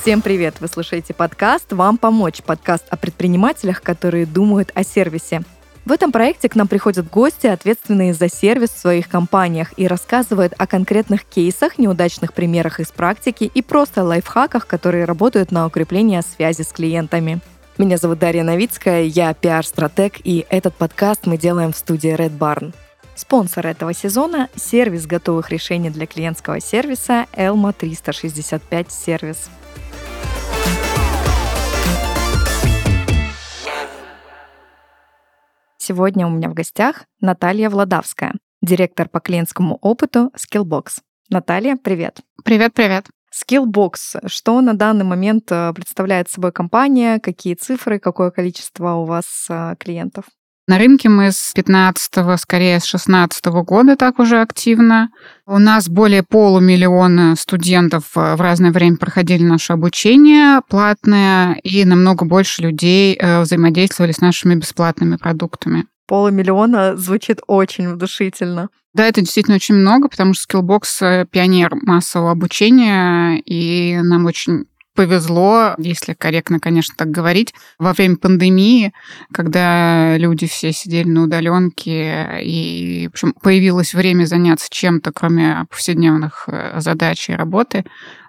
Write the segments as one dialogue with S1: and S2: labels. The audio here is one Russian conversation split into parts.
S1: Всем привет! Вы слушаете подкаст «Вам помочь», подкаст о предпринимателях, которые думают о сервисе. В этом проекте к нам приходят гости, ответственные за сервис в своих компаниях, и рассказывают о конкретных кейсах, неудачных примерах из практики и просто лайфхаках, которые работают на укрепление связи с клиентами. Меня зовут Дарья Новицкая, я пиар-стратег, и этот подкаст мы делаем в студии Red Barn. Спонсор этого сезона — сервис готовых решений для клиентского сервиса Elma 365 Сервис. Сегодня у меня в гостях Наталья Владавская, директор по клиентскому опыту Skillbox. Наталья, привет.
S2: Привет.
S1: Skillbox. Что на данный момент представляет собой компания? Какие цифры? Какое количество у вас клиентов?
S2: На рынке мы с 15-го, скорее с 16-го года так уже активно. У нас более 500 000 студентов в разное время проходили наше обучение платное, и намного больше людей взаимодействовали с нашими бесплатными продуктами.
S1: 500 000 звучит очень внушительно.
S2: Да, это действительно очень много, потому что Skillbox — пионер массового обучения, и нам очень повезло, если корректно, конечно, так говорить, во время пандемии, когда люди все сидели на удаленке, и, в общем, появилось время заняться чем-то, кроме повседневных задач и работы,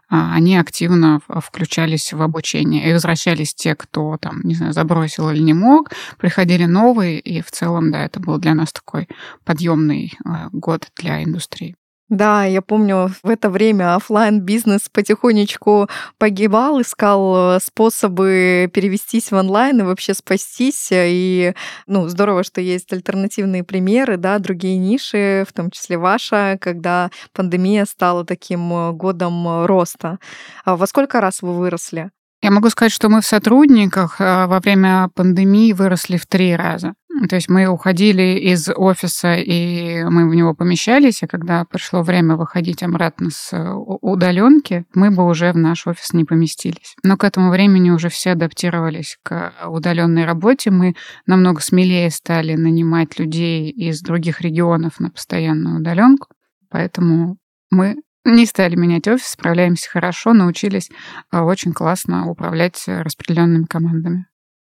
S2: они активно включались в обучение. И возвращались те, кто там, не знаю, забросил или не мог, приходили новые, и в целом, да, это был для нас такой подъемный год для индустрии.
S1: Да, я помню, в это время офлайн-бизнес потихонечку погибал, искал способы перевестись в онлайн и вообще спастись. И здорово, что есть альтернативные примеры, да, другие ниши, в том числе ваша, когда пандемия стала таким годом роста. Во сколько раз вы выросли?
S2: Я могу сказать, что мы в сотрудниках во время пандемии выросли в 3 раза. То есть мы уходили из офиса, и мы в него помещались, а когда пришло время выходить обратно с удаленки, мы бы уже в наш офис не поместились. Но к этому времени уже все адаптировались к удаленной работе. Мы намного смелее стали нанимать людей из других регионов на постоянную удаленку, поэтому мы не стали менять офис, справляемся хорошо, научились очень классно управлять распределенными командами.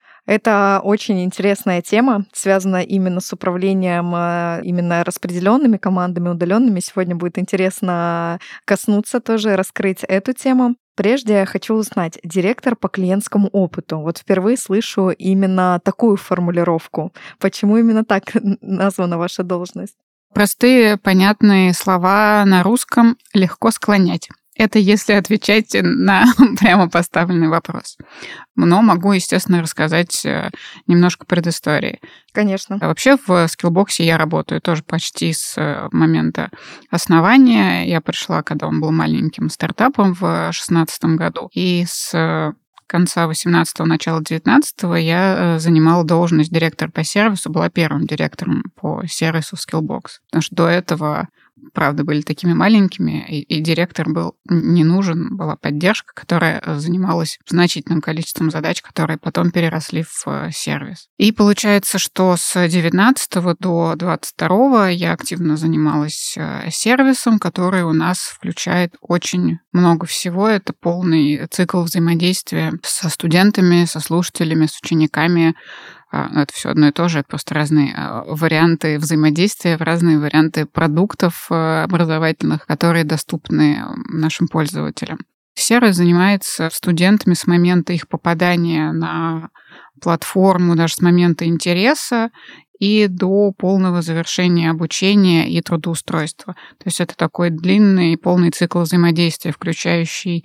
S1: Это очень интересная тема, связанная именно с управлением именно распределенными командами, удаленными. Сегодня будет интересно коснуться тоже, раскрыть эту тему. Прежде я хочу узнать, директор по клиентскому опыту. Вот впервые слышу именно такую формулировку. Почему именно так названа ваша должность?
S2: Простые, понятные слова на русском легко склонять. Это если отвечать на прямо поставленный вопрос. Но могу, естественно, рассказать немножко предыстории.
S1: Конечно.
S2: Вообще в Skillbox я работаю тоже почти с момента основания. Я пришла, когда он был маленьким стартапом в 2016 году. И с конца 18-го, начала 19-го я занимала должность директора по сервису, была первым директором по сервису в Skillbox. Потому что до этого, правда, были такими маленькими, и директор был не нужен, была поддержка, которая занималась значительным количеством задач, которые потом переросли в сервис. И получается, что с 19 до 22 я активно занималась сервисом, который у нас включает очень много всего. Это полный цикл взаимодействия со студентами, со слушателями, с учениками. Это все одно и то же, это просто разные варианты взаимодействия, разные варианты продуктов образовательных, которые доступны нашим пользователям. Сервис занимается студентами с момента их попадания на платформу, даже с момента интереса и до полного завершения обучения и трудоустройства. То есть это такой длинный полный цикл взаимодействия, включающий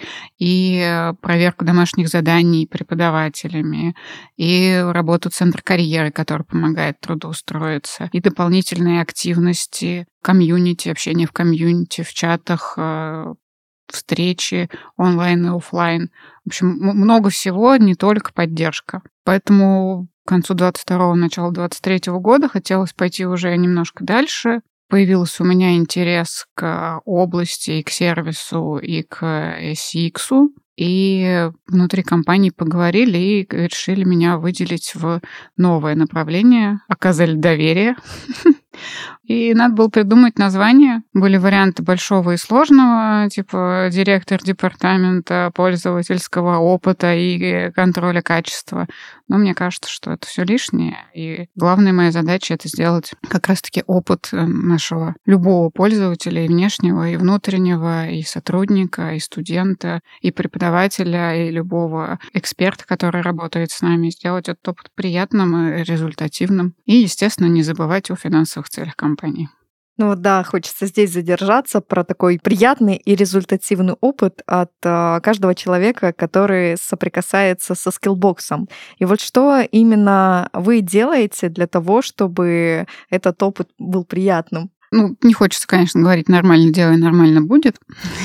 S2: и проверку домашних заданий преподавателями, и работу Центра карьеры, который помогает трудоустроиться, и дополнительные активности, комьюнити, общение в комьюнити, в чатах, встречи онлайн и офлайн. В общем, много всего, не только поддержка. Поэтому к концу 22-го, началу 23-го года хотелось пойти уже немножко дальше. Появился у меня интерес к области, и к сервису, и к CX. И внутри компании поговорили и решили меня выделить в новое направление. Оказали доверие. И надо было придумать название. Были варианты большого и сложного, типа директор департамента пользовательского опыта и контроля качества. Но мне кажется, что это все лишнее. И главная моя задача — это сделать как раз-таки опыт нашего любого пользователя, и внешнего, и внутреннего, и сотрудника, и студента, и преподавателя, и любого эксперта, который работает с нами, сделать этот опыт приятным и результативным. И, естественно, не забывать о финансовых целях компании.
S1: Ну да, хочется здесь задержаться про такой приятный и результативный опыт от каждого человека, который соприкасается со скиллбоксом. И вот что именно вы делаете для того, чтобы этот опыт был приятным?
S2: Не хочется, конечно, говорить «нормально делай, нормально будет».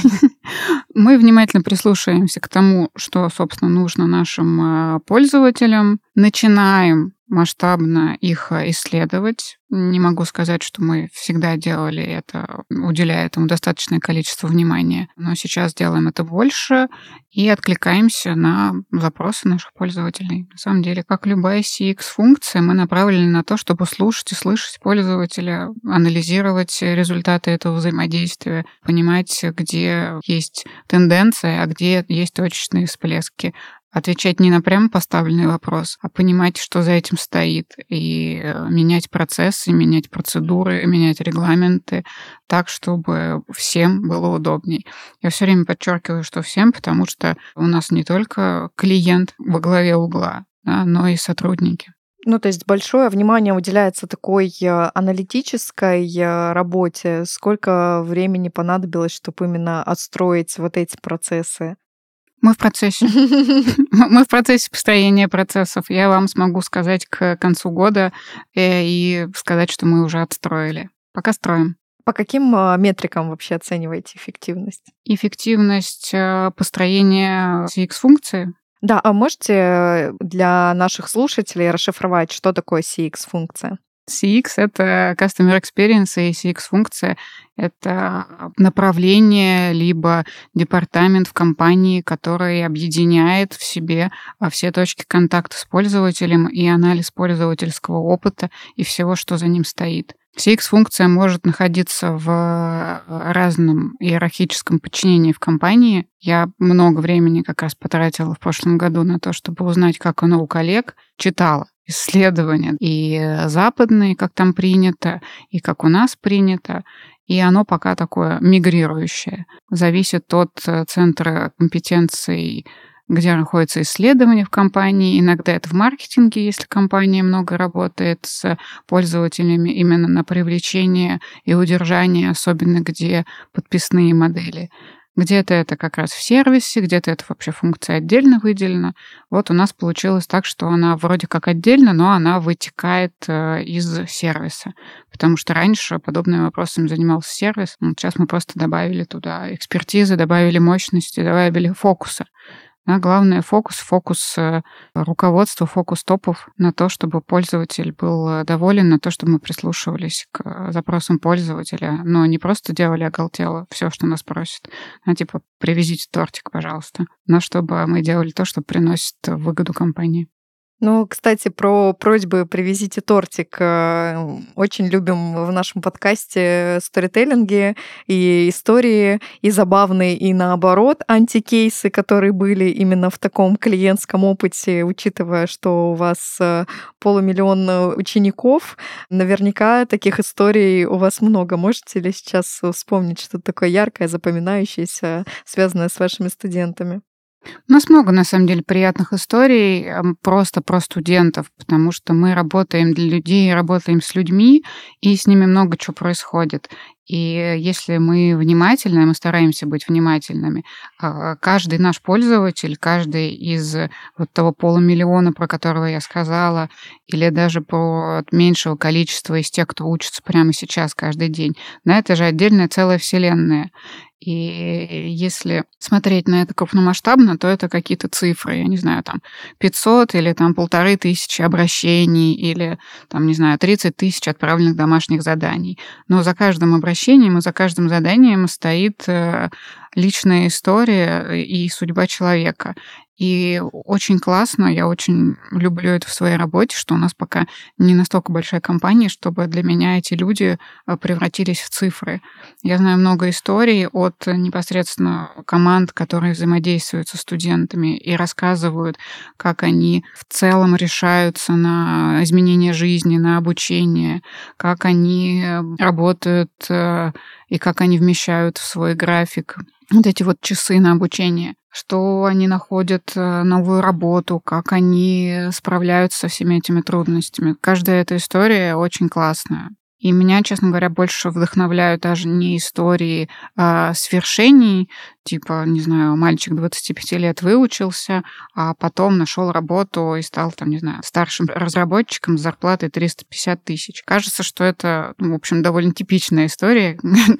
S2: Мы внимательно прислушаемся к тому, что, собственно, нужно нашим пользователям. Начинаем масштабно их исследовать. Не могу сказать, что мы всегда делали это, уделяя этому достаточное количество внимания, но сейчас делаем это больше и откликаемся на запросы наших пользователей. На самом деле, как любая CX-функция, мы направлены на то, чтобы слушать и слышать пользователя, анализировать результаты этого взаимодействия, понимать, где есть тенденция, а где есть точечные всплески. Отвечать не на прямо поставленный вопрос, а понимать, что за этим стоит, и менять процессы, менять процедуры, менять регламенты так, чтобы всем было удобней. Я все время подчеркиваю, что всем, потому что у нас не только клиент во главе угла, да, но и сотрудники.
S1: То есть большое внимание уделяется такой аналитической работе. Сколько времени понадобилось, чтобы именно отстроить вот эти процессы?
S2: Мы в процессе. Мы в процессе построения процессов. Я вам смогу сказать к концу года и сказать, что мы уже отстроили. Пока строим.
S1: По каким метрикам вообще оцениваете эффективность?
S2: Эффективность построения CX-функции.
S1: Да, а можете для наших слушателей расшифровать, что такое CX-функция?
S2: CX — это Customer Experience, и CX-функция — это направление либо департамент в компании, который объединяет в себе все точки контакта с пользователем и анализ пользовательского опыта и всего, что за ним стоит. CX-функция может находиться в разном иерархическом подчинении в компании. Я много времени как раз потратила в прошлом году на то, чтобы узнать, как оно у коллег, читала исследования и западные, как там принято, и как у нас принято. И оно пока такое мигрирующее. Зависит от центра компетенций, где находится исследование в компании. Иногда это в маркетинге, если компания много работает с пользователями именно на привлечение и удержание, особенно где подписные модели. Где-то это как раз в сервисе, где-то это вообще функция отдельно выделена. Вот у нас получилось так, что она вроде как отдельно, но она вытекает из сервиса. Потому что раньше подобными вопросами занимался сервис. Сейчас мы просто добавили туда экспертизы, добавили мощности, добавили фокуса. Да, главное фокус руководства, фокус топов на то, чтобы пользователь был доволен, на то, чтобы мы прислушивались к запросам пользователя, но не просто делали оголтело все, что нас просят, типа привезите тортик, пожалуйста, но чтобы мы делали то, что приносит выгоду компании.
S1: Кстати, про просьбы «привезите тортик» очень любим в нашем подкасте сторителлинги и истории, и забавные, и наоборот, антикейсы, которые были именно в таком клиентском опыте, учитывая, что у вас 500 000 учеников. Наверняка таких историй у вас много. Можете ли сейчас вспомнить что-то такое яркое, запоминающееся, связанное с вашими студентами?
S2: У нас много, на самом деле, приятных историй просто про студентов, потому что мы работаем для людей, работаем с людьми, и с ними много чего происходит. И если мы внимательны, мы стараемся быть внимательными, каждый наш пользователь, каждый из вот того 500 000, про которого я сказала, или даже про меньшего количества из тех, кто учится прямо сейчас, каждый день, это же отдельная целая вселенная. И если смотреть на это крупномасштабно, то это какие-то цифры, я не знаю, 500 или 1500 обращений, или 30 000 отправленных домашних заданий. Но за каждым обращением и за каждым заданием стоит личная история и судьба человека. И очень классно, я очень люблю это в своей работе, что у нас пока не настолько большая компания, чтобы для меня эти люди превратились в цифры. Я знаю много историй от непосредственно команд, которые взаимодействуют со студентами и рассказывают, как они в целом решаются на изменение жизни, на обучение, как они работают и как они вмещают в свой график вот эти вот часы на обучение, что они находят новую работу, как они справляются со всеми этими трудностями. Каждая эта история очень классная. И меня, честно говоря, больше вдохновляют даже не истории свершений, типа, не знаю, мальчик 25 лет выучился, а потом нашел работу и стал, там, не знаю, старшим разработчиком с зарплатой 350 тысяч. Кажется, что это, в общем, довольно типичная история,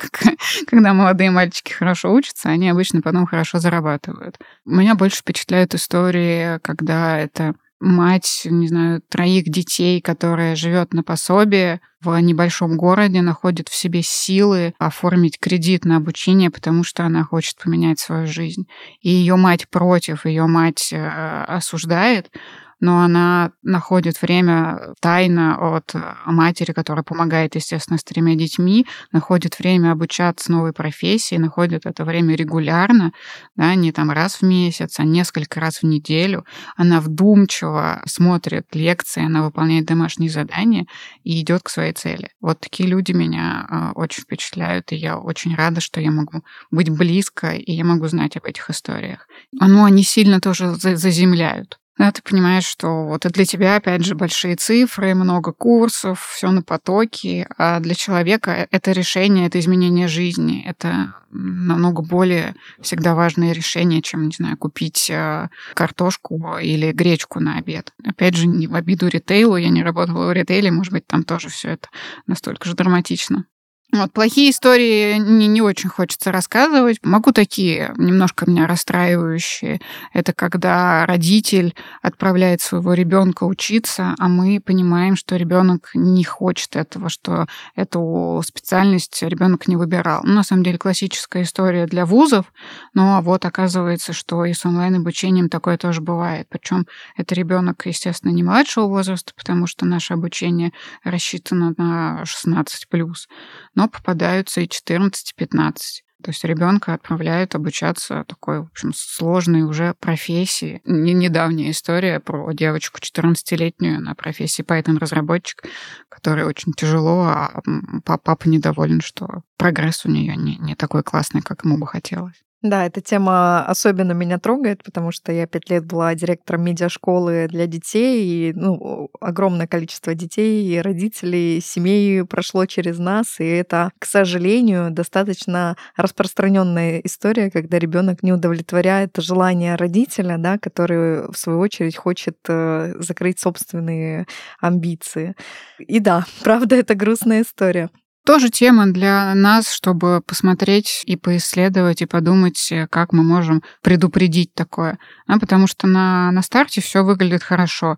S2: когда молодые мальчики хорошо учатся, они обычно потом хорошо зарабатывают. Меня больше впечатляют истории, когда это мать, не знаю, 3 детей, которая живет на пособие в небольшом городе, находит в себе силы оформить кредит на обучение, потому что она хочет поменять свою жизнь. И ее мать против, ее мать осуждает, но она находит время тайно от матери, которая помогает, естественно, с 3 детьми, находит время обучаться новой профессии, находит это время регулярно, да, не там раз в месяц, а несколько раз в неделю. Она вдумчиво смотрит лекции, она выполняет домашние задания и идет к своей цели. Вот такие люди меня очень впечатляют, и я очень рада, что я могу быть близко, и я могу знать об этих историях. Но они сильно тоже заземляют. Да, ты понимаешь, что вот и для тебя, опять же, большие цифры, много курсов, все на потоке, а для человека это решение, это изменение жизни, это намного более всегда важное решение, чем, не знаю, купить картошку или гречку на обед. Опять же, не в обиду ритейлу, я не работала в ритейле, может быть, там тоже все это настолько же драматично. Вот, плохие истории не очень хочется рассказывать. Могу такие, немножко меня расстраивающие. Это когда родитель отправляет своего ребенка учиться, а мы понимаем, что ребенок не хочет этого, что эту специальность ребенок не выбирал. Ну, на самом деле, классическая история для вузов, но вот оказывается, что и с онлайн-обучением такое тоже бывает. Причем это ребенок, естественно, не младшего возраста, потому что наше обучение рассчитано на 16+, но попадаются и 14, и 15. То есть ребенка отправляют обучаться такой, в общем, сложной уже профессии. Недавняя история про девочку 14-летнюю на профессии Python-разработчик, которой очень тяжело, а папа недоволен, что прогресс у нее не такой классный, как ему бы хотелось.
S1: Да, эта тема особенно меня трогает, потому что я 5 лет была директором медиашколы для детей, и огромное количество детей и родителей, семей прошло через нас, и это, к сожалению, достаточно распространенная история, когда ребенок не удовлетворяет желания родителя, да, который, в свою очередь, хочет закрыть собственные амбиции. И да, правда, это грустная история.
S2: Тоже тема для нас, чтобы посмотреть и поисследовать, и подумать, как мы можем предупредить такое. Потому что на старте все выглядит хорошо.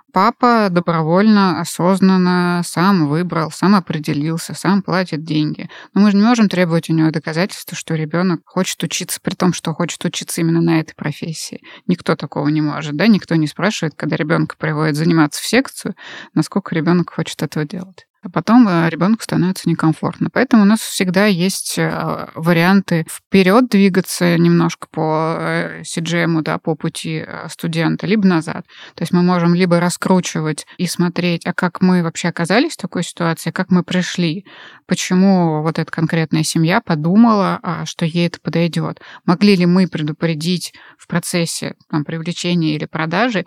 S2: Папа добровольно, осознанно сам выбрал, сам определился, сам платит деньги. Но мы же не можем требовать у него доказательства, что ребенок хочет учиться, при том, что хочет учиться именно на этой профессии. Никто такого не может, да? Никто не спрашивает, когда ребенка приводят заниматься в секцию, насколько ребенок хочет этого делать. А потом ребенку становится некомфортно. Поэтому у нас всегда есть варианты вперед двигаться немножко по CGM, да, по пути студента, либо назад. То есть мы можем либо раскручивать и смотреть, а как мы вообще оказались в такой ситуации, как мы пришли, почему вот эта конкретная семья подумала, что ей это подойдет. Могли ли мы предупредить в процессе привлечения или продажи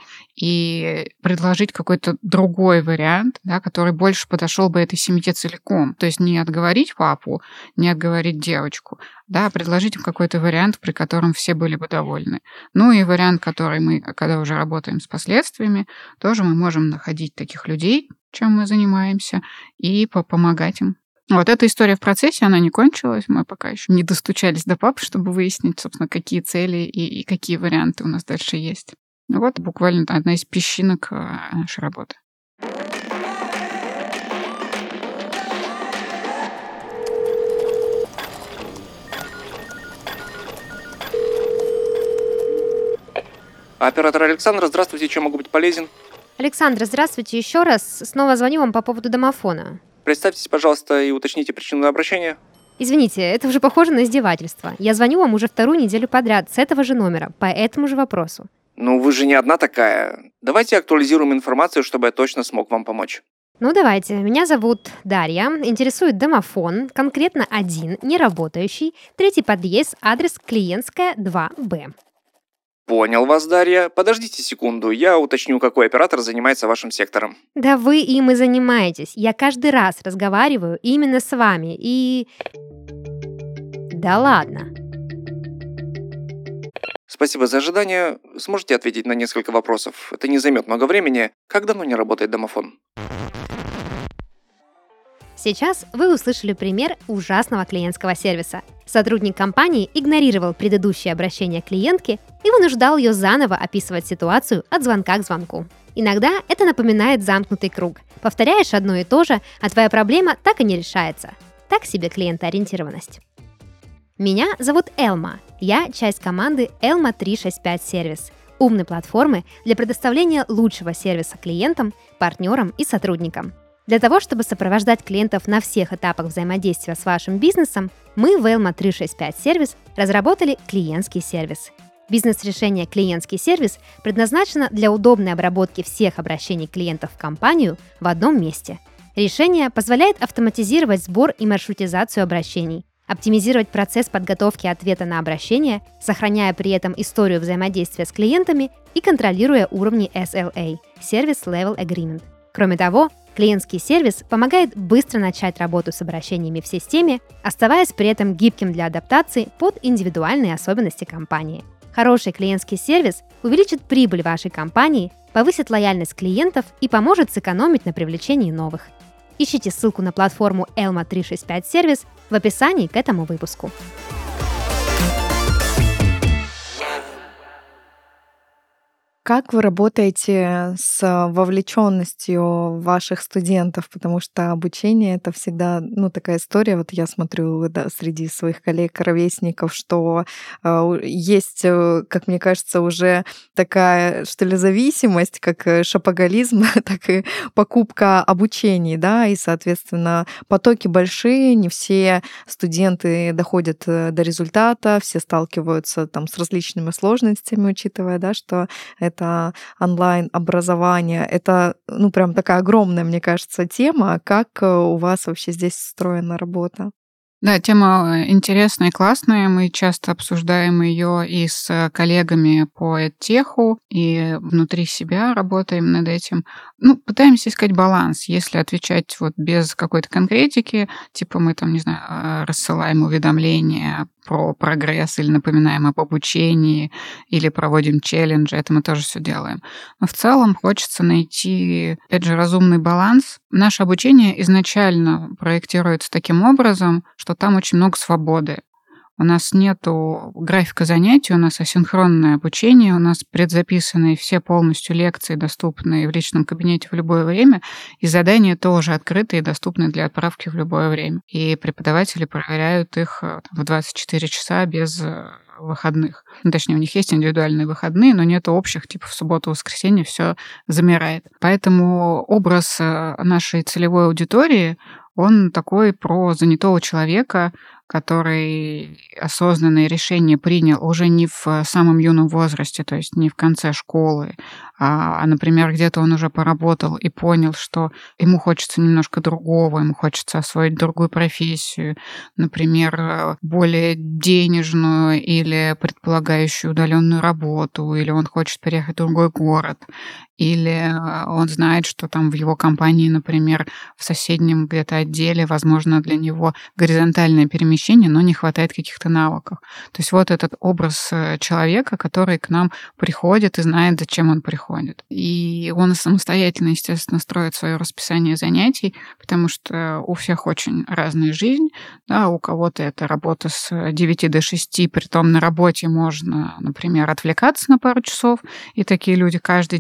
S2: и предложить какой-то другой вариант, да, который больше подошел бы этой семье целиком. То есть не отговорить папу, не отговорить девочку, да, а предложить им какой-то вариант, при котором все были бы довольны. Ну и вариант, который мы, когда уже работаем с последствиями, тоже мы можем находить таких людей, чем мы занимаемся, и помогать им. Вот эта история в процессе, она не кончилась. Мы пока еще не достучались до папы, чтобы выяснить, собственно, какие цели и какие варианты у нас дальше есть. Вот буквально одна из песчинок нашей работы.
S3: Оператор Александр, здравствуйте, чем могу быть полезен?
S4: Александр, здравствуйте еще раз. Снова звоню вам по поводу домофона.
S3: Представьтесь, пожалуйста, и уточните причину обращения.
S4: Извините, это уже похоже на издевательство. Я звоню вам уже вторую неделю подряд с этого же номера, по этому же вопросу.
S3: Ну, вы же не одна такая. Давайте актуализируем информацию, чтобы я точно смог вам помочь.
S4: Ну, давайте. Меня зовут Дарья. Интересует домофон, конкретно один, не работающий, 3-й подъезд, адрес Клиентская, 2Б.
S3: Понял вас, Дарья. Подождите секунду, я уточню, какой оператор занимается вашим сектором.
S4: Да вы им и занимаетесь. Я каждый раз разговариваю именно с вами и... Да ладно.
S3: Спасибо за ожидание. Сможете ответить на несколько вопросов? Это не займет много времени. Как давно не работает домофон?
S4: Сейчас вы услышали пример ужасного клиентского сервиса. Сотрудник компании игнорировал предыдущее обращение клиентки и вынуждал ее заново описывать ситуацию от звонка к звонку. Иногда это напоминает замкнутый круг. Повторяешь одно и то же, а твоя проблема так и не решается. Так себе клиентоориентированность. Меня зовут Элма. Я часть команды Elma 365 Service, умной платформы для предоставления лучшего сервиса клиентам, партнерам и сотрудникам. Для того, чтобы сопровождать клиентов на всех этапах взаимодействия с вашим бизнесом, мы в Elma 365 Service разработали клиентский сервис. Бизнес-решение «Клиентский сервис» предназначено для удобной обработки всех обращений клиентов в компанию в одном месте. Решение позволяет автоматизировать сбор и маршрутизацию обращений, оптимизировать процесс подготовки ответа на обращение, сохраняя при этом историю взаимодействия с клиентами и контролируя уровни SLA – Service Level Agreement. Кроме того, клиентский сервис помогает быстро начать работу с обращениями в системе, оставаясь при этом гибким для адаптации под индивидуальные особенности компании. Хороший клиентский сервис увеличит прибыль вашей компании, повысит лояльность клиентов и поможет сэкономить на привлечении новых. Ищите ссылку на платформу Elma 365 Service в описании к этому выпуску.
S1: Как вы работаете с вовлеченностью ваших студентов? Потому что обучение — это всегда, такая история. Вот я смотрю, да, среди своих коллег-ровесников, что есть, как мне кажется, уже такая, что ли, зависимость, как шопоголизм, так и покупка обучений, да, и, соответственно, потоки большие, не все студенты доходят до результата, все сталкиваются там с различными сложностями, учитывая, да, что это онлайн-образование. Это, прям такая огромная, мне кажется, тема. Как у вас вообще здесь устроена работа?
S2: Да, тема интересная и классная. Мы часто обсуждаем ее и с коллегами по эдтеху, и внутри себя работаем над этим. Пытаемся искать баланс. Если отвечать вот без какой-то конкретики, типа мы там, не знаю, рассылаем уведомления про прогресс или напоминаем об обучении, или проводим челленджи, это мы тоже все делаем. Но в целом хочется найти, опять же, разумный баланс. Наше обучение изначально проектируется таким образом, что там очень много свободы. У нас нету графика занятий, у нас асинхронное обучение, у нас предзаписанные все полностью лекции, доступные в личном кабинете в любое время, и задания тоже открыты и доступны для отправки в любое время. И преподаватели проверяют их в 24 часа без выходных. Точнее, у них есть индивидуальные выходные, но нет общих, типа в субботу, воскресенье все замирает. Поэтому образ нашей целевой аудитории, он такой про занятого человека, который осознанное решение принял уже не в самом юном возрасте, то есть не в конце школы, например, где-то он уже поработал и понял, что ему хочется немножко другого, ему хочется освоить другую профессию, например, более денежную или предполагающую удаленную работу, или он хочет переехать в другой город, или он знает, что там в его компании, например, в соседнем где-то отделе, возможно, для него горизонтальное перемещение, но не хватает каких-то навыков. То есть вот этот образ человека, который к нам приходит и знает, зачем он приходит. И он самостоятельно, естественно, строит свое расписание занятий, потому что у всех очень разная жизнь. Да, у кого-то это работа с 9 до 6, притом на работе можно, например, отвлекаться на пару часов, и такие люди каждый день занимаются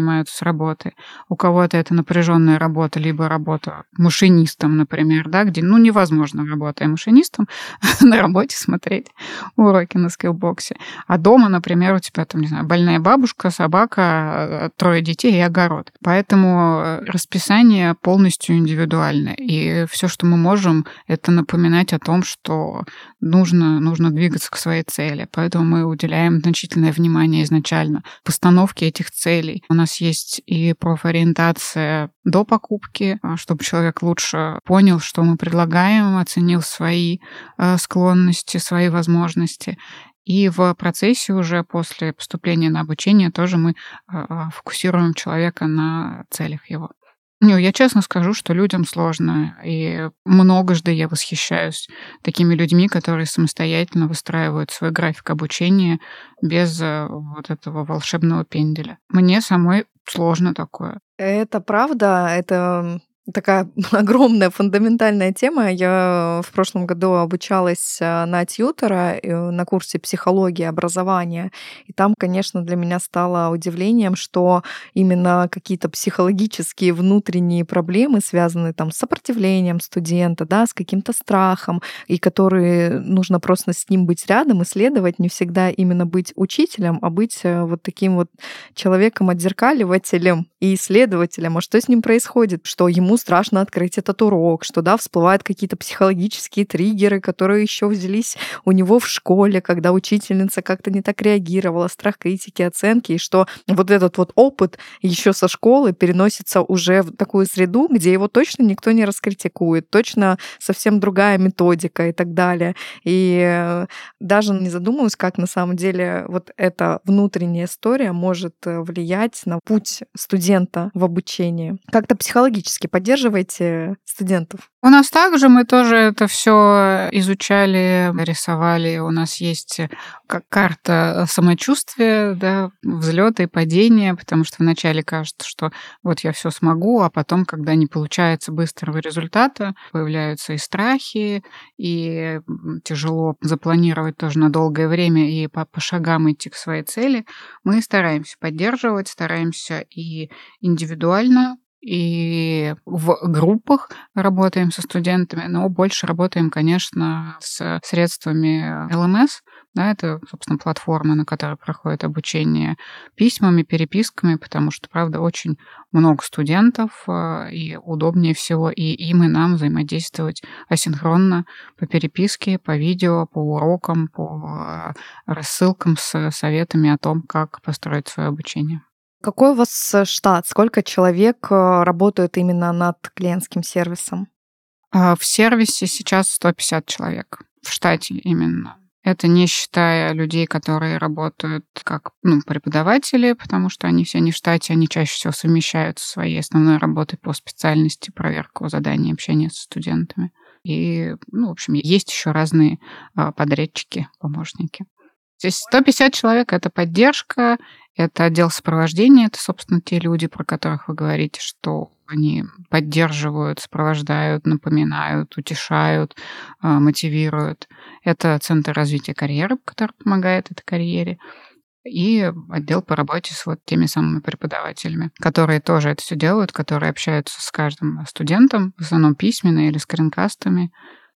S2: занимаются с работы. У кого-то это напряженная работа, либо работа машинистом, например, да, где, невозможно, работая машинистом, на работе смотреть уроки на скиллбоксе. А дома, например, у тебя там, не знаю, больная бабушка, собака, 3 детей и огород. Поэтому расписание полностью индивидуальное. И все, что мы можем, это напоминать о том, что нужно двигаться к своей цели. Поэтому мы уделяем значительное внимание изначально постановке этих целей. У нас есть и профориентация до покупки, чтобы человек лучше понял, что мы предлагаем, оценил свои склонности, свои возможности. И в процессе уже после поступления на обучение тоже мы фокусируем человека на целях его. Я честно скажу, что людям сложно, и многожды я восхищаюсь такими людьми, которые самостоятельно выстраивают свой график обучения без вот этого волшебного пенделя. Мне самой сложно такое.
S1: Это правда, это такая огромная фундаментальная тема. Я в прошлом году обучалась на тьютора на курсе психологии образования. И там, конечно, для меня стало удивлением, что именно какие-то психологические внутренние проблемы, связанные там с сопротивлением студента, да, с каким-то страхом, и которые нужно просто с ним быть рядом, исследовать, не всегда именно быть учителем, а быть вот таким вот человеком-отзеркаливателем и исследователем. А что с ним происходит? Что ему страшно открыть этот урок, что, да, всплывают какие-то психологические триггеры, которые еще взялись у него в школе, когда учительница как-то не так реагировала, страх критики, оценки, и что вот этот вот опыт еще со школы переносится уже в такую среду, где его точно никто не раскритикует, точно совсем другая методика и так далее. И даже не задумываюсь, как на самом деле вот эта внутренняя история может влиять на путь студента в обучении. Как-то психологически поддерживаете студентов?
S2: У нас также мы тоже это все изучали, рисовали. У нас есть как карта самочувствия, да, взлета и падения, потому что вначале кажется, что вот я все смогу, а потом, когда не получается быстрого результата, появляются и страхи, и тяжело запланировать тоже на долгое время и по шагам идти к своей цели. Мы стараемся поддерживать, стараемся и индивидуально, и в группах работаем со студентами, но больше работаем, конечно, с средствами LMS. Да, это, собственно, платформа, на которой проходит обучение, письмами, переписками, потому что, правда, очень много студентов, и удобнее всего и им, и нам взаимодействовать асинхронно по переписке, по видео, по урокам, по рассылкам с советами о том, как построить свое обучение.
S1: Какой у вас штат? Сколько человек работают именно над клиентским сервисом?
S2: В сервисе сейчас 150 человек. В штате именно. Это не считая людей, которые работают как преподаватели, потому что они все не в штате, они чаще всего совмещают со своей основной работой по специальности, проверку заданий, общение со студентами. И, в общем, есть еще разные подрядчики, помощники. Здесь 150 человек — это поддержка, это отдел сопровождения, это, собственно, те люди, про которых вы говорите, что они поддерживают, сопровождают, напоминают, утешают, мотивируют. Это центр развития карьеры, который помогает этой карьере. И отдел по работе с вот теми самыми преподавателями, которые тоже это все делают, которые общаются с каждым студентом, в основном письменно или скринкастами,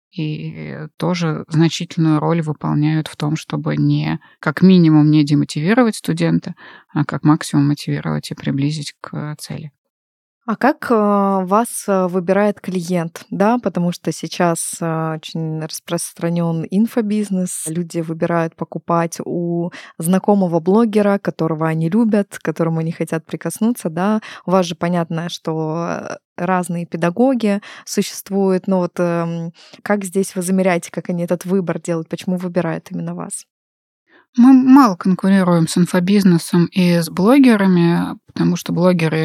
S2: и тоже значительную роль выполняют в том, чтобы как минимум не демотивировать студента, а как максимум мотивировать и приблизить к цели.
S1: А как вас выбирает клиент? Да, потому что сейчас очень распространен инфобизнес. Люди выбирают покупать у знакомого блогера, которого они любят, к которому они хотят прикоснуться. Да, у вас же понятно, что разные педагоги существуют. Но вот как здесь вы замеряете, как они этот выбор делают? Почему выбирают именно вас?
S2: Мы мало конкурируем с инфобизнесом и с блогерами, потому что блогеры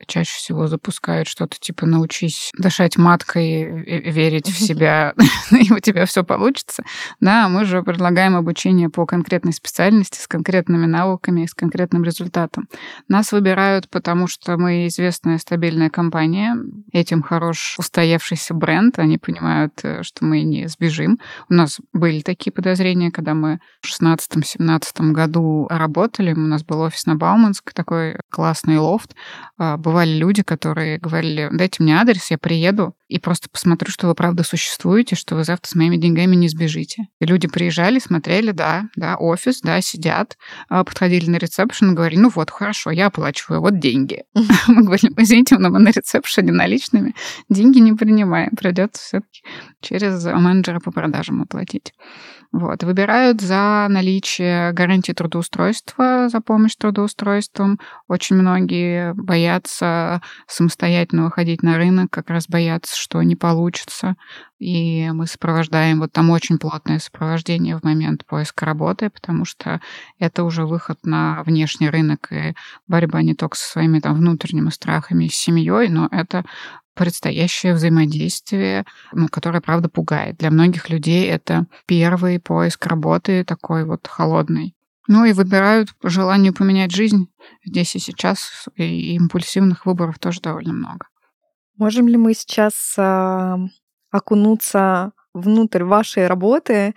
S2: чаще всего запускают что-то типа «научись дышать маткой, верить в себя, и у тебя все получится». Да, мы же предлагаем обучение по конкретной специальности, с конкретными навыками, с конкретным результатом. Нас выбирают, потому что мы известная стабильная компания, этим хорош устоявшийся бренд, они понимают, что мы не сбежим. У нас были такие подозрения, когда мы в 2016-2017 году работали, у нас был офис на Бауманской, такой классный лофт. Бывали люди, которые говорили: дайте мне адрес, я приеду и просто посмотрю, что вы правда существуете, что вы завтра с моими деньгами не сбежите. И люди приезжали, смотрели, да, офис, да, сидят, подходили на ресепшн и говорили: ну вот, хорошо, я оплачиваю, вот деньги. Мы говорим: извините, но мы на ресепшене наличными деньги не принимаем, придется все-таки через менеджера по продажам оплатить. Вот. Выбирают за наличие гарантии трудоустройства, за помощь с трудоустройством. Очень многие боятся самостоятельно выходить на рынок, как раз боятся, что не получится. И мы сопровождаем, вот там очень плотное сопровождение в момент поиска работы, потому что это уже выход на внешний рынок и борьба не только со своими там внутренними страхами, с семьей, но это предстоящее взаимодействие, которое, правда, пугает. Для многих людей это первый поиск работы, такой вот холодный. И выбирают по желанию поменять жизнь здесь и сейчас, и импульсивных выборов тоже довольно много.
S1: Можем ли мы сейчас окунуться внутрь вашей работы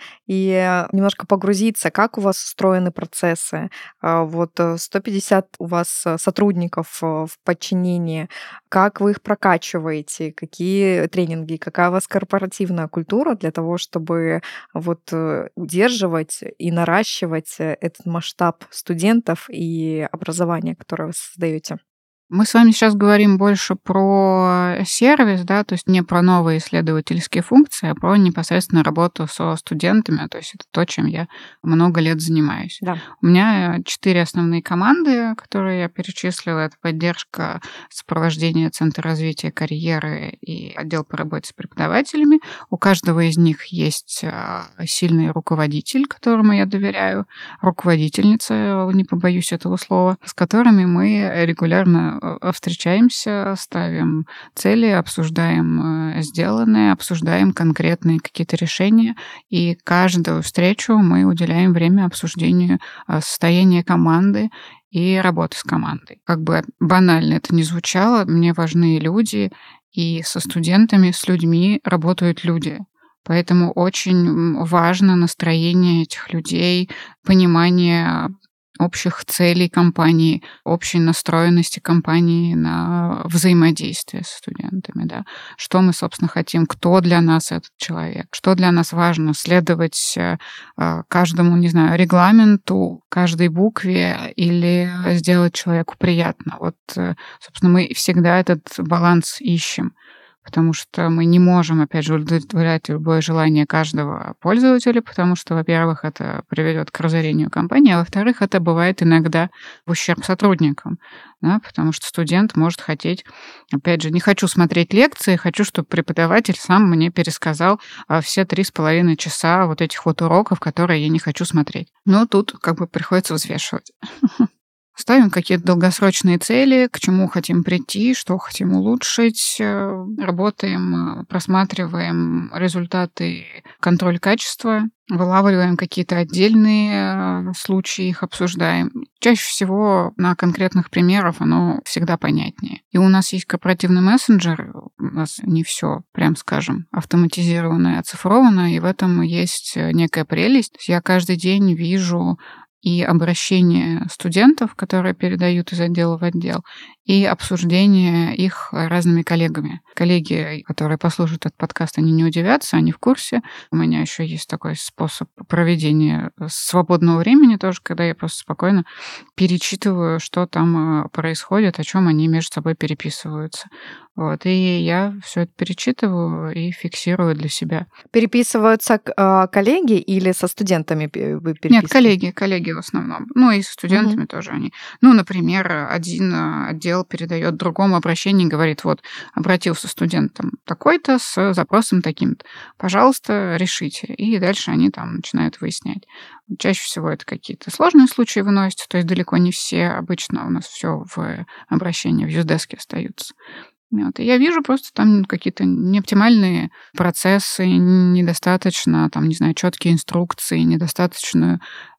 S1: и немножко погрузиться, как у вас устроены процессы? Вот 150 у вас сотрудников в подчинении. Как вы их прокачиваете? Какие тренинги? Какая у вас корпоративная культура для того, чтобы вот удерживать и наращивать этот масштаб студентов и образования, которое вы создаете?
S2: Мы с вами сейчас говорим больше про сервис, да, то есть не про новые исследовательские функции, а про непосредственно работу со студентами, то есть это то, чем я много лет занимаюсь.
S1: Да.
S2: У меня 4 основные команды, которые я перечислила. Это поддержка, сопровождение Центра развития карьеры и отдел по работе с преподавателями. У каждого из них есть сильный руководитель, которому я доверяю, руководительница, не побоюсь этого слова, с которыми мы регулярно встречаемся, ставим цели, обсуждаем сделанное, обсуждаем конкретные какие-то решения, и каждую встречу мы уделяем время обсуждению состояния команды и работы с командой. Как бы банально это ни звучало, мне важны люди, и со студентами, с людьми работают люди. Поэтому очень важно настроение этих людей, понимание общих целей компании, общей настроенности компании на взаимодействие с студентами, да. Что мы, собственно, хотим, кто для нас этот человек, что для нас важно, следовать каждому, не знаю, регламенту, каждой букве или сделать человеку приятно. Вот, собственно, мы всегда этот баланс ищем. Потому что мы не можем, опять же, удовлетворять любое желание каждого пользователя, потому что, во-первых, это приведет к разорению компании, а во-вторых, это бывает иногда в ущерб сотрудникам, да, потому что студент может хотеть, опять же, не хочу смотреть лекции, хочу, чтобы преподаватель сам мне пересказал все 3,5 часа вот этих вот уроков, которые я не хочу смотреть. Но тут как бы приходится взвешивать. Ставим какие-то долгосрочные цели, к чему хотим прийти, что хотим улучшить, работаем, просматриваем результаты, контроль качества, вылавливаем какие-то отдельные случаи, их обсуждаем. Чаще всего на конкретных примерах оно всегда понятнее. И у нас есть корпоративный мессенджер, у нас не все, прям скажем, автоматизированное, оцифрованное, и в этом есть некая прелесть. Я каждый день вижу и обращение студентов, которые передают из отдела в отдел, и обсуждение их разными коллегами. Коллеги, которые послушают этот подкаст, они не удивятся, они в курсе. У меня еще есть такой способ проведения свободного времени тоже, когда я просто спокойно перечитываю, что там происходит, о чем они между собой переписываются. Вот. И я все это перечитываю и фиксирую для себя.
S1: Переписываются коллеги или со студентами вы переписываете?
S2: Нет, коллеги в основном. Ну, и с студентами тоже они. Ну, например, один отдел передает другому обращение и говорит, вот, обратился студент там такой-то с запросом таким-то. Пожалуйста, решите. И дальше они там начинают выяснять. Чаще всего это какие-то сложные случаи выносятся, то есть далеко не все. Обычно у нас все в обращении в юздеске остаются. Вот. И я вижу просто там какие-то неоптимальные процессы, недостаточно, там, не знаю, четкие инструкции, недостаточную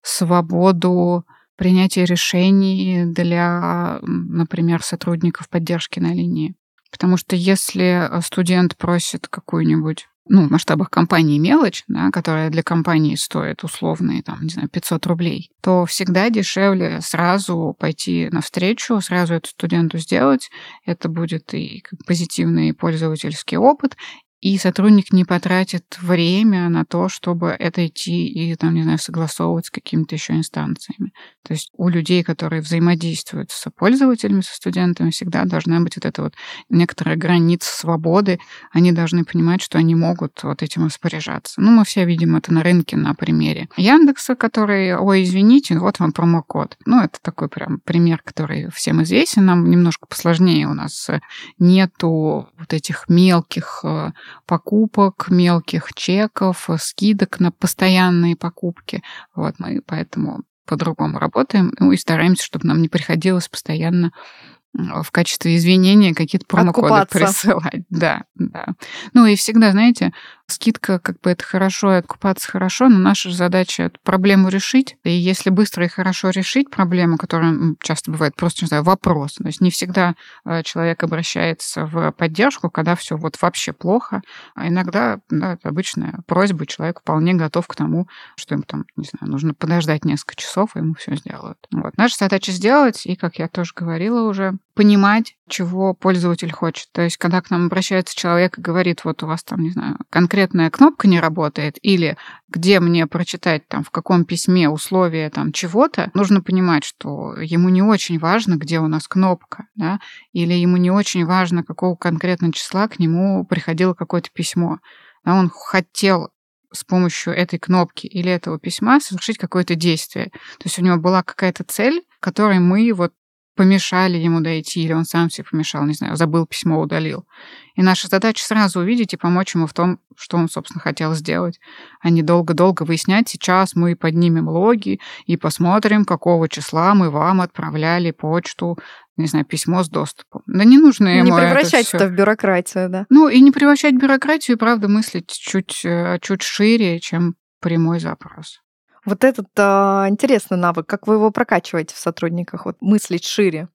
S2: свободу принятия решений для, например, сотрудников поддержки на линии. Потому что если студент просит какую-нибудь, в масштабах компании мелочь, да, которая для компании стоит условные, там, не знаю, 500 рублей, то всегда дешевле сразу пойти навстречу, сразу это студенту сделать. Это будет и позитивный пользовательский опыт, и сотрудник не потратит время на то, чтобы это идти и, там, не знаю, согласовывать с какими-то еще инстанциями. То есть у людей, которые взаимодействуют с пользователями, со студентами, всегда должна быть вот эта вот некоторая граница свободы. Они должны понимать, что они могут вот этим распоряжаться. Мы все видим это на рынке на примере Яндекса, который, ой, извините, вот вам промокод. Это такой прям пример, который всем известен. Нам немножко посложнее. У нас нету вот этих мелких покупок, мелких чеков, скидок на постоянные покупки. Мы поэтому по-другому работаем и стараемся, чтобы нам не приходилось постоянно в качестве извинения какие-то промокоды присылать. Да. И всегда, знаете, скидка, это хорошо, и откупаться хорошо, но наша задача эту проблему решить. И если быстро и хорошо решить проблему, которая часто бывает просто, не знаю, вопрос. То есть не всегда человек обращается в поддержку, когда все вообще плохо. А иногда, это обычная просьба, человек вполне готов к тому, что ему там, не знаю, нужно подождать несколько часов, и ему все сделают. Наша задача сделать, и, как я тоже говорила уже, понимать, чего пользователь хочет. То есть, когда к нам обращается человек и говорит, вот у вас там, не знаю, конкретная кнопка не работает, или где мне прочитать там, в каком письме условия там чего-то, нужно понимать, что ему не очень важно, где у нас кнопка, да, или ему не очень важно, какого конкретного числа к нему приходило какое-то письмо. Да, он хотел с помощью этой кнопки или этого письма совершить какое-то действие. То есть у него была какая-то цель, которой мы помешали ему дойти, или он сам себе помешал, не знаю, забыл письмо, удалил. И наша задача сразу увидеть и помочь ему в том, что он, собственно, хотел сделать, а не долго-долго выяснять. Сейчас мы поднимем логи и посмотрим, какого числа мы вам отправляли почту, не знаю, письмо с доступом. Да не нужно ему
S1: не превращать это в бюрократию, да?
S2: И не превращать в бюрократию, и, правда, мыслить чуть шире, чем прямой запрос.
S1: Вот этот интересный навык. Как вы его прокачиваете в сотрудниках? Мыслить шире.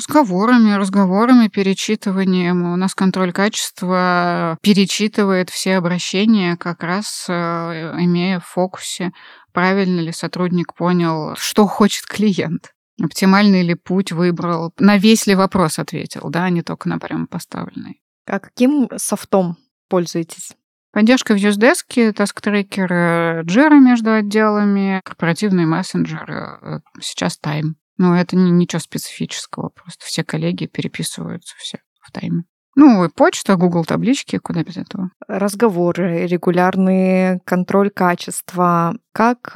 S2: Разговорами, перечитыванием. У нас контроль качества перечитывает все обращения, как раз имея в фокусе, правильно ли сотрудник понял, что хочет клиент. Оптимальный ли путь выбрал, на весь ли вопрос ответил, да, не только на прямо поставленный.
S1: А каким софтом пользуетесь?
S2: Поддержка в юздеске, таск-трекер, Jira между отделами, корпоративный мессенджер, сейчас Time. Это ничего специфического, просто все коллеги переписываются все в Time. И почта, Google таблички, куда без этого.
S1: Разговоры, регулярный контроль качества. Как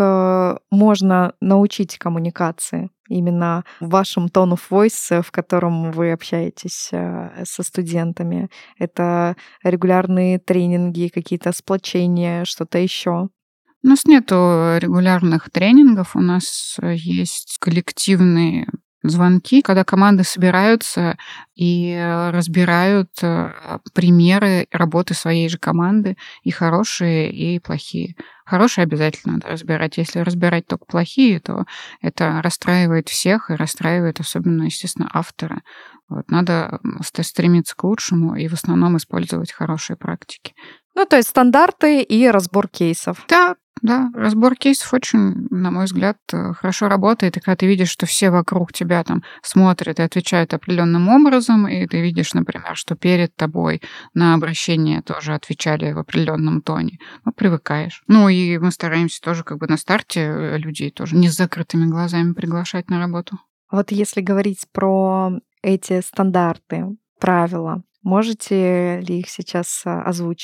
S1: можно научить коммуникации? Именно в вашем tone of voice, в котором вы общаетесь со студентами. Это регулярные тренинги, какие-то сплочения, что-то еще?
S2: У нас нету регулярных тренингов, у нас есть коллективные звонки, когда команды собираются и разбирают примеры работы своей же команды, и хорошие, и плохие. Хорошие обязательно надо разбирать. Если разбирать только плохие, то это расстраивает всех и расстраивает особенно, естественно, автора. Надо стремиться к лучшему и в основном использовать хорошие практики.
S1: То есть стандарты и разбор кейсов.
S2: Да, разбор кейсов очень, на мой взгляд, хорошо работает. И когда ты видишь, что все вокруг тебя там смотрят и отвечают определенным образом, и ты видишь, например, что перед тобой на обращение тоже отвечали в определенном тоне, привыкаешь. И мы стараемся тоже на старте людей тоже не с закрытыми глазами приглашать на работу.
S1: Если говорить про эти стандарты, правила, можете ли их сейчас озвучить?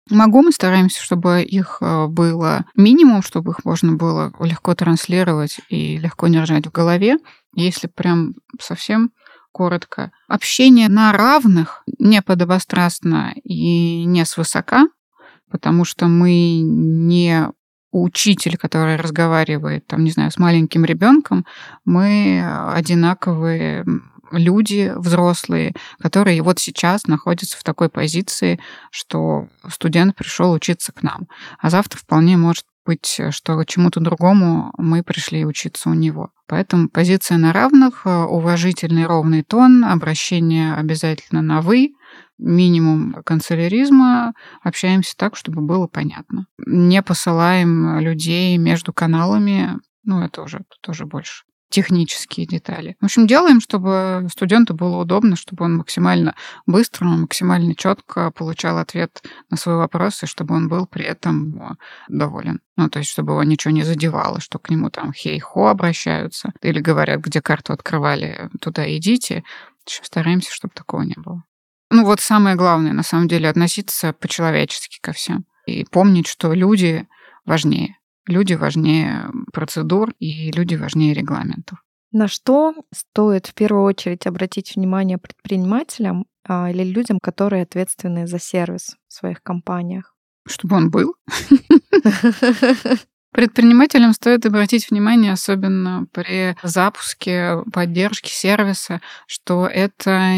S2: Могу, мы стараемся, чтобы их было минимум, чтобы их можно было легко транслировать и легко держать в голове. Если прям совсем коротко. Общение на равных, не подобострастно и не свысока, потому что мы не учитель, который разговаривает, там, не знаю, с маленьким ребенком, мы одинаковые люди взрослые, которые вот сейчас находятся в такой позиции, что студент пришел учиться к нам, а завтра вполне может быть, что чему-то другому мы пришли учиться у него. Поэтому позиция на равных, уважительный ровный тон, обращение обязательно на «вы», минимум канцеляризма, общаемся так, чтобы было понятно. Не посылаем людей между каналами, это уже тоже больше технические детали. В общем, делаем, чтобы студенту было удобно, чтобы он максимально быстро, максимально четко получал ответ на свой вопрос, и чтобы он был при этом доволен. То есть, чтобы его ничего не задевало, что к нему там хей-хо обращаются, или говорят, где карту открывали, туда идите. В общем, стараемся, чтобы такого не было. Самое главное, на самом деле, относиться по-человечески ко всем. И помнить, что люди важнее. Люди важнее процедур, и люди важнее регламентов.
S1: На что стоит в первую очередь обратить внимание предпринимателям или людям, которые ответственны за сервис в своих компаниях?
S2: Чтобы он был. Предпринимателям стоит обратить внимание, особенно при запуске поддержки сервиса, что это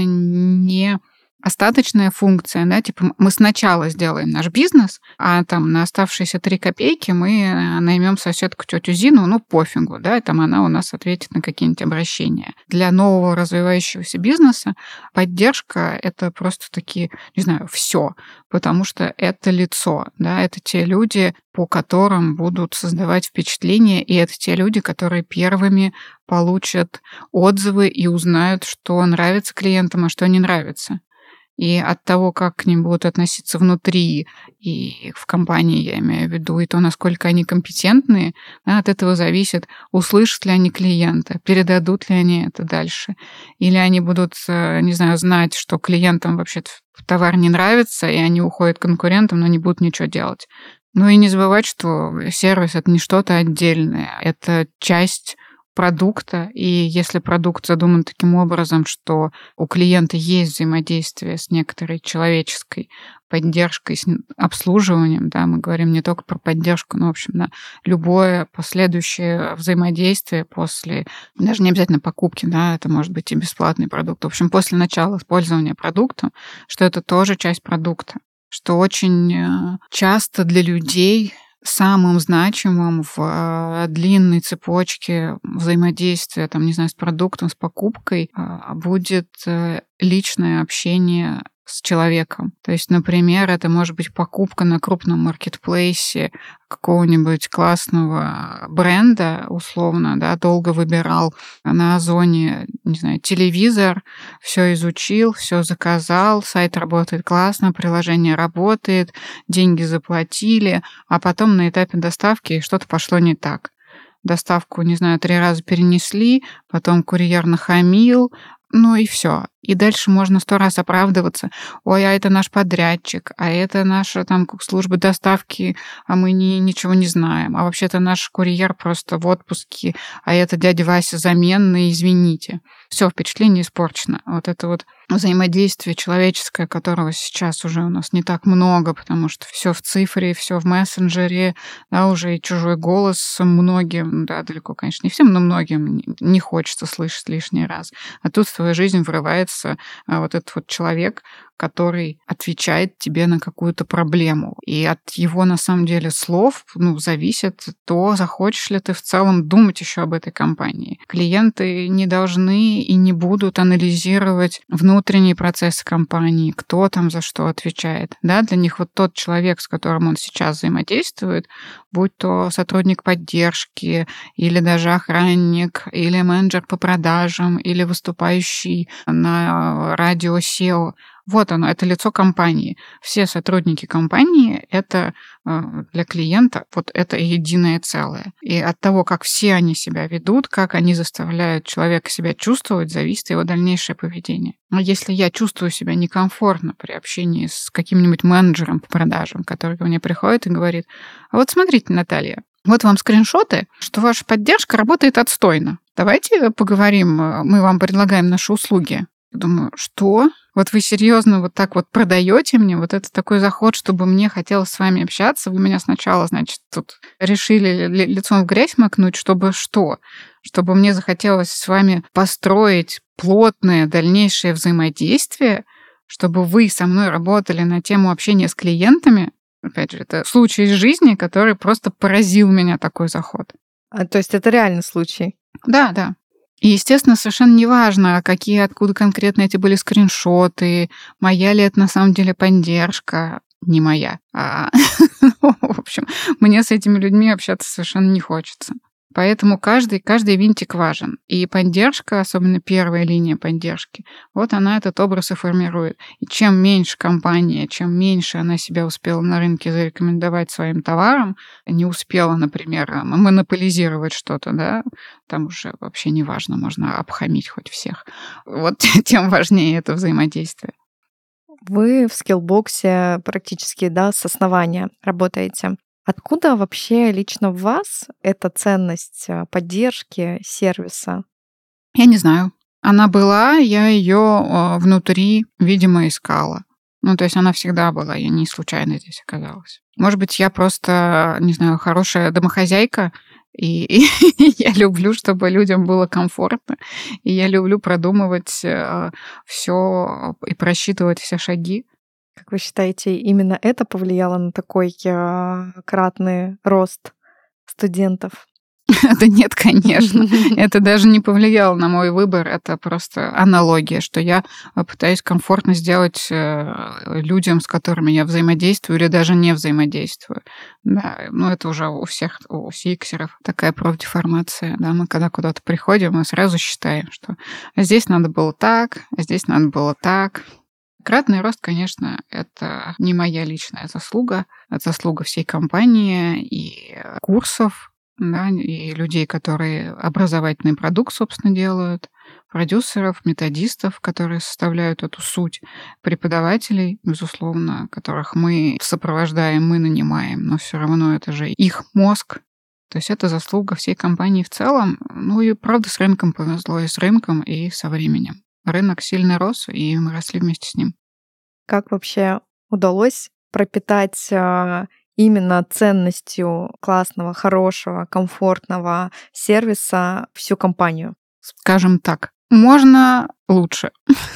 S2: не остаточная функция, мы сначала сделаем наш бизнес, а там на оставшиеся 3 копейки мы наймем соседку тетю Зину, пофигу, там она у нас ответит на какие-нибудь обращения. Для нового развивающегося бизнеса поддержка — это просто такие, все, потому что это лицо, это те люди, по которым будут создавать впечатление, и это те люди, которые первыми получат отзывы и узнают, что нравится клиентам, а что не нравится. И от того, как к ним будут относиться внутри и в компании, я имею в виду, и то, насколько они компетентные, от этого зависит, услышат ли они клиента, передадут ли они это дальше. Или они будут, знать, что клиентам вообще-то товар не нравится, и они уходят к конкурентам, но не будут ничего делать. И не забывать, что сервис — это не что-то отдельное, это часть продукта, и если продукт задуман таким образом, что у клиента есть взаимодействие с некоторой человеческой поддержкой, с обслуживанием, мы говорим не только про поддержку, но, в общем, на любое последующее взаимодействие после, даже не обязательно покупки, это может быть и бесплатный продукт, в общем, после начала использования продукта, что это тоже часть продукта, что очень часто для людей самым значимым в длинной цепочке взаимодействия, с продуктом, с покупкой будет личное общение с человеком. То есть, например, это может быть покупка на крупном маркетплейсе какого-нибудь классного бренда, условно, долго выбирал на Озоне, телевизор, все изучил, все заказал, сайт работает классно, приложение работает, деньги заплатили, а потом на этапе доставки что-то пошло не так. Доставку, 3 раза перенесли, потом курьер нахамил, и все. И дальше можно 100 раз оправдываться. Ой, а это наш подрядчик, а это наша служба доставки, а мы ничего не знаем. А вообще-то наш курьер просто в отпуске, а это дядя Вася заменный, извините. Все, впечатление испорчено. Это взаимодействие человеческое, которого сейчас уже у нас не так много, потому что все в цифре, все в мессенджере, уже и чужой голос многим, далеко, конечно, не всем, но многим не хочется слышать лишний раз. А тут в твою жизнь врывается этот человек, который отвечает тебе на какую-то проблему. И от его, на самом деле, слов зависит то, захочешь ли ты в целом думать еще об этой компании. Клиенты не должны и не будут анализировать внутренние процессы компании, кто там за что отвечает. Для них тот человек, с которым он сейчас взаимодействует, будь то сотрудник поддержки, или даже охранник, или менеджер по продажам, или выступающий на радио SEO, Вот оно, это лицо компании. Все сотрудники компании — это для клиента вот это единое целое. И от того, как все они себя ведут, как они заставляют человека себя чувствовать, зависит его дальнейшее поведение. Но если я чувствую себя некомфортно при общении с каким-нибудь менеджером по продажам, который ко мне приходит и говорит: а вот смотрите, Наталья, вот вам скриншоты, что ваша поддержка работает отстойно. Давайте поговорим, мы вам предлагаем наши услуги. Я думаю, что? Вот вы серьезно вот так вот продаете мне? Вот это такой заход, чтобы мне хотелось с вами общаться? Вы меня сначала, значит, тут решили лицом в грязь макнуть, чтобы что? Чтобы мне захотелось с вами построить плотное дальнейшее взаимодействие, чтобы вы со мной работали на тему общения с клиентами? Опять же, это случай из жизни, который просто поразил меня, такой заход.
S1: То есть это реальный случай?
S2: Да. И, естественно, совершенно неважно, откуда конкретно эти были скриншоты, моя ли это на самом деле поддержка, не моя. В общем, мне с этими людьми общаться совершенно не хочется. Поэтому каждый винтик важен. И поддержка, особенно первая линия поддержки, вот она этот образ и формирует. И чем меньше компания, чем меньше она себя успела на рынке зарекомендовать своим товаром, не успела, например, монополизировать что-то, да, там уже вообще не важно, можно обхамить хоть всех. Вот тем важнее это взаимодействие.
S1: Вы в Skillbox практически, да, с основания работаете. Откуда вообще лично в вас эта ценность поддержки, сервиса?
S2: Я не знаю. Она была, я ее внутри, видимо, искала. То есть она всегда была, я не случайно здесь оказалась. Может быть, я просто, не знаю, хорошая домохозяйка, и я люблю, чтобы людям было комфортно, и я люблю продумывать все и просчитывать все шаги.
S1: Как вы считаете, именно это повлияло на такой кратный рост студентов?
S2: Да нет, конечно. Это даже не повлияло на мой выбор. Это просто аналогия, что я пытаюсь комфортно сделать людям, с которыми я взаимодействую или даже не взаимодействую. Да, это уже у всех, у сиксеров такая профдеформация. Да, мы когда куда-то приходим, мы сразу считаем, что здесь надо было так, а здесь надо было так. Кратный рост, конечно, это не моя личная заслуга, это заслуга всей компании и курсов, да, и людей, которые образовательный продукт, собственно, делают, продюсеров, методистов, которые составляют эту суть, преподавателей, безусловно, которых мы сопровождаем, мы нанимаем, но все равно это же их мозг. То есть это заслуга всей компании в целом. И правда с рынком повезло, и с рынком, и со временем. Рынок сильно рос, и мы росли вместе с ним.
S1: Как вообще удалось пропитать именно ценностью классного, хорошего, комфортного сервиса всю компанию?
S2: Скажем так, можно лучше.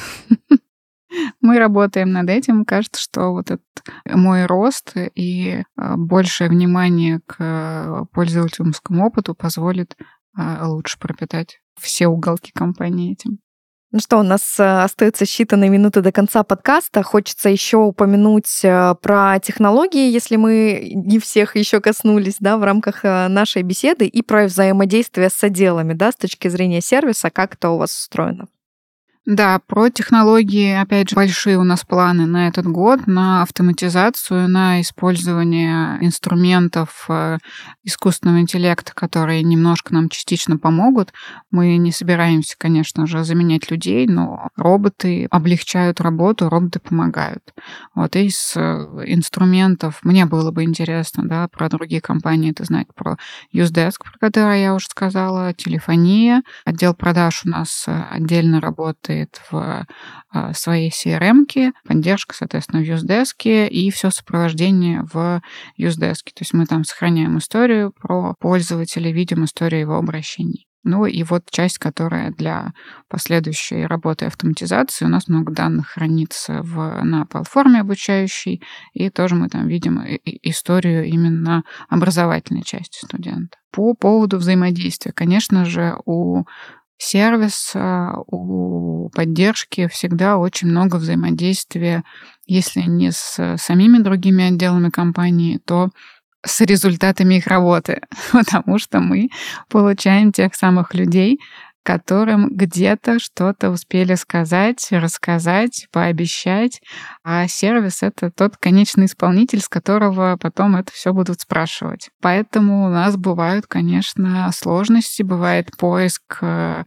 S2: Мы работаем над этим. Кажется, что вот этот мой рост и большее внимание к пользовательскому опыту позволит лучше пропитать все уголки компании этим.
S1: Ну что, у нас остаются считанные минуты до конца подкаста. Хочется еще упомянуть про технологии, если мы не всех еще коснулись, да, в рамках нашей беседы, и про взаимодействие с отделами, да, с точки зрения сервиса, как это у вас устроено.
S2: Да, про технологии, опять же, большие у нас планы на этот год, на автоматизацию, на использование инструментов искусственного интеллекта, которые немножко нам частично помогут. Мы не собираемся, конечно же, заменять людей, но роботы облегчают работу, роботы помогают. Вот из инструментов мне было бы интересно, да, про другие компании это знать, про Usedesk, про который я уже сказала, телефония, отдел продаж у нас отдельно работает в своей CRM-ке, поддержка, соответственно, в Usedesk и все сопровождение в Usedesk. То есть мы там сохраняем историю про пользователя, видим историю его обращений. И вот часть, которая для последующей работы автоматизации, у нас много данных хранится на платформе обучающей, и тоже мы там видим историю именно образовательной части студента. По поводу взаимодействия, конечно же, у сервиса, у поддержки всегда очень много взаимодействия, если не с самими другими отделами компании, то с результатами их работы, потому что мы получаем тех самых людей, которым где-то что-то успели сказать, рассказать, пообещать, а сервис — это тот конечный исполнитель, с которого потом это все будут спрашивать. Поэтому у нас бывают, конечно, сложности, бывает поиск.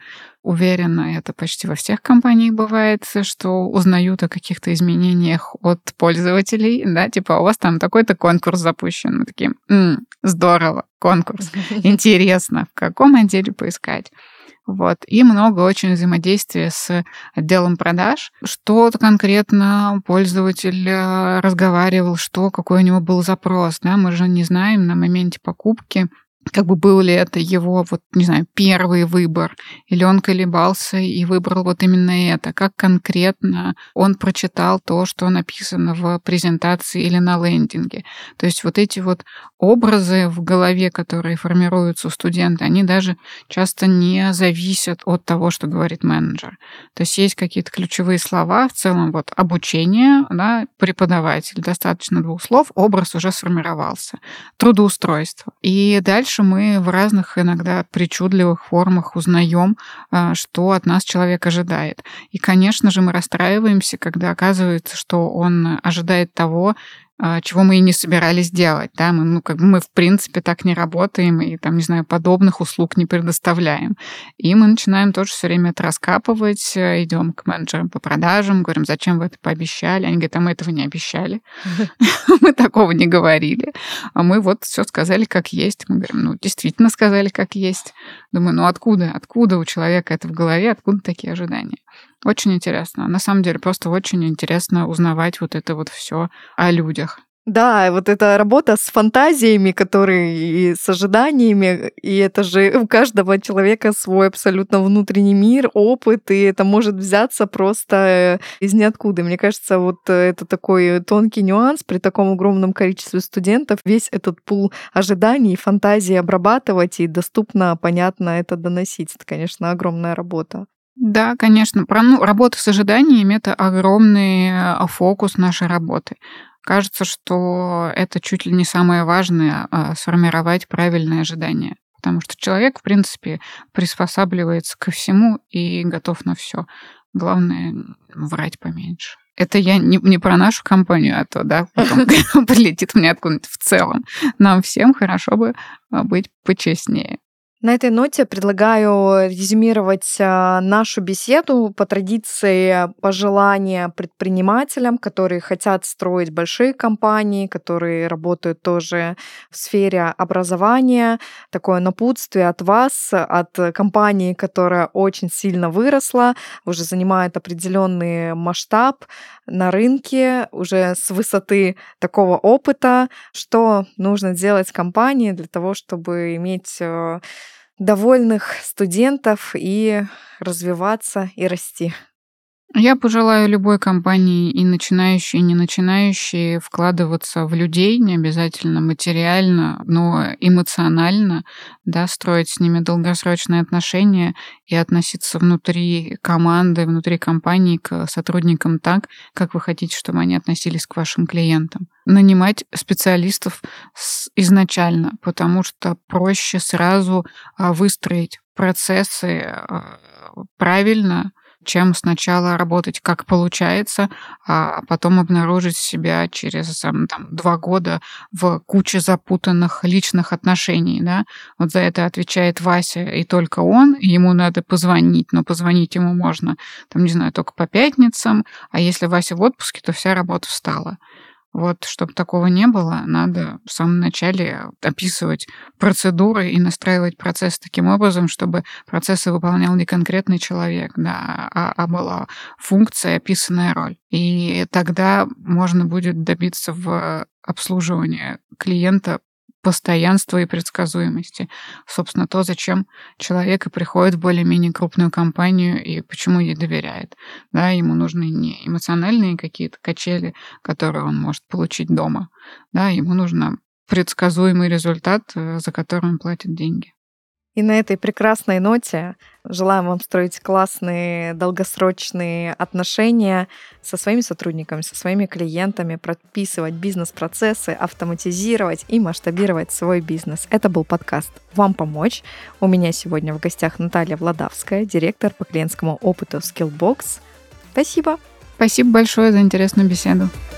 S2: Уверена, это почти во всех компаниях бывает, что узнают о каких-то изменениях от пользователей, да, типа у вас там такой-то конкурс запущен. Мы такие, здорово, конкурс, интересно, в каком отделе поискать. Вот. И много очень взаимодействия с отделом продаж. Что конкретно пользователь разговаривал, какой у него был запрос. Да? Мы же не знаем на моменте покупки, был ли это его, первый выбор, или он колебался и выбрал вот именно это, как конкретно он прочитал то, что написано в презентации или на лендинге. То есть вот эти вот образы в голове, которые формируются у студента, они даже часто не зависят от того, что говорит менеджер. То есть есть какие-то ключевые слова, в целом обучение, да, преподаватель, достаточно 2 слов, образ уже сформировался. Трудоустройство. И дальше мы в разных иногда причудливых формах узнаем, что от нас человек ожидает. И, конечно же, мы расстраиваемся, когда оказывается, что он ожидает того, чего мы и не собирались делать. Да? Мы в принципе так не работаем и подобных услуг не предоставляем. И мы начинаем тоже все время это раскапывать, идем к менеджерам по продажам, говорим, зачем вы это пообещали? Они говорят, а мы этого не обещали. Мы такого не говорили. А мы все сказали как есть. Мы говорим, действительно сказали как есть. Думаю, откуда у человека это в голове, откуда такие ожидания? Очень интересно. На самом деле, просто очень интересно узнавать вот это вот все о людях.
S1: Да, вот эта работа с фантазиями, которые и с ожиданиями, и это же у каждого человека свой абсолютно внутренний мир, опыт, и это может взяться просто из ниоткуда. Мне кажется, вот это такой тонкий нюанс при таком огромном количестве студентов, весь этот пул ожиданий и фантазий обрабатывать и доступно, понятно это доносить. Это, конечно, огромная работа.
S2: Да, конечно. Работа с ожиданиями — это огромный фокус нашей работы. Кажется, что это чуть ли не самое важное — сформировать правильные ожидания. Потому что человек, в принципе, приспосабливается ко всему и готов на все. Главное — врать поменьше. Это я не про нашу компанию, а то, да, потом прилетит мне откуда-нибудь в целом. Нам всем хорошо бы быть почестнее.
S1: На этой ноте предлагаю резюмировать нашу беседу по традиции пожелания предпринимателям, которые хотят строить большие компании, которые работают тоже в сфере образования. Такое напутствие от вас, от компании, которая очень сильно выросла, уже занимает определенный масштаб на рынке, уже с высоты такого опыта, что нужно делать компании для того, чтобы иметь довольных студентов и развиваться и расти.
S2: Я пожелаю любой компании, и начинающей, и не начинающей, вкладываться в людей, не обязательно материально, но эмоционально, да, строить с ними долгосрочные отношения и относиться внутри команды, внутри компании к сотрудникам так, как вы хотите, чтобы они относились к вашим клиентам. Нанимать специалистов изначально, потому что проще сразу выстроить процессы правильно, чем сначала работать как получается, а потом обнаружить себя через 2 года в куче запутанных личных отношений. Да? Вот за это отвечает Вася, и только он, и ему надо позвонить, но позвонить ему можно, только по пятницам, а если Вася в отпуске, то вся работа встала. Вот, чтобы такого не было, надо в самом начале описывать процедуры и настраивать процесс таким образом, чтобы процессы выполнял не конкретный человек, да, а была функция, описанная роль. И тогда можно будет добиться в обслуживании клиента постоянства и предсказуемости. Собственно, то, зачем человек и приходит в более-менее крупную компанию и почему ей доверяет. Да, ему нужны не эмоциональные какие-то качели, которые он может получить дома. Да, ему нужен предсказуемый результат, за который он платит деньги.
S1: И на этой прекрасной ноте желаем вам строить классные долгосрочные отношения со своими сотрудниками, со своими клиентами, прописывать бизнес-процессы, автоматизировать и масштабировать свой бизнес. Это был подкаст «Вам помочь». У меня сегодня в гостях Наталья Владавская, директор по клиентскому опыту Skillbox. Спасибо.
S2: Спасибо большое за интересную беседу.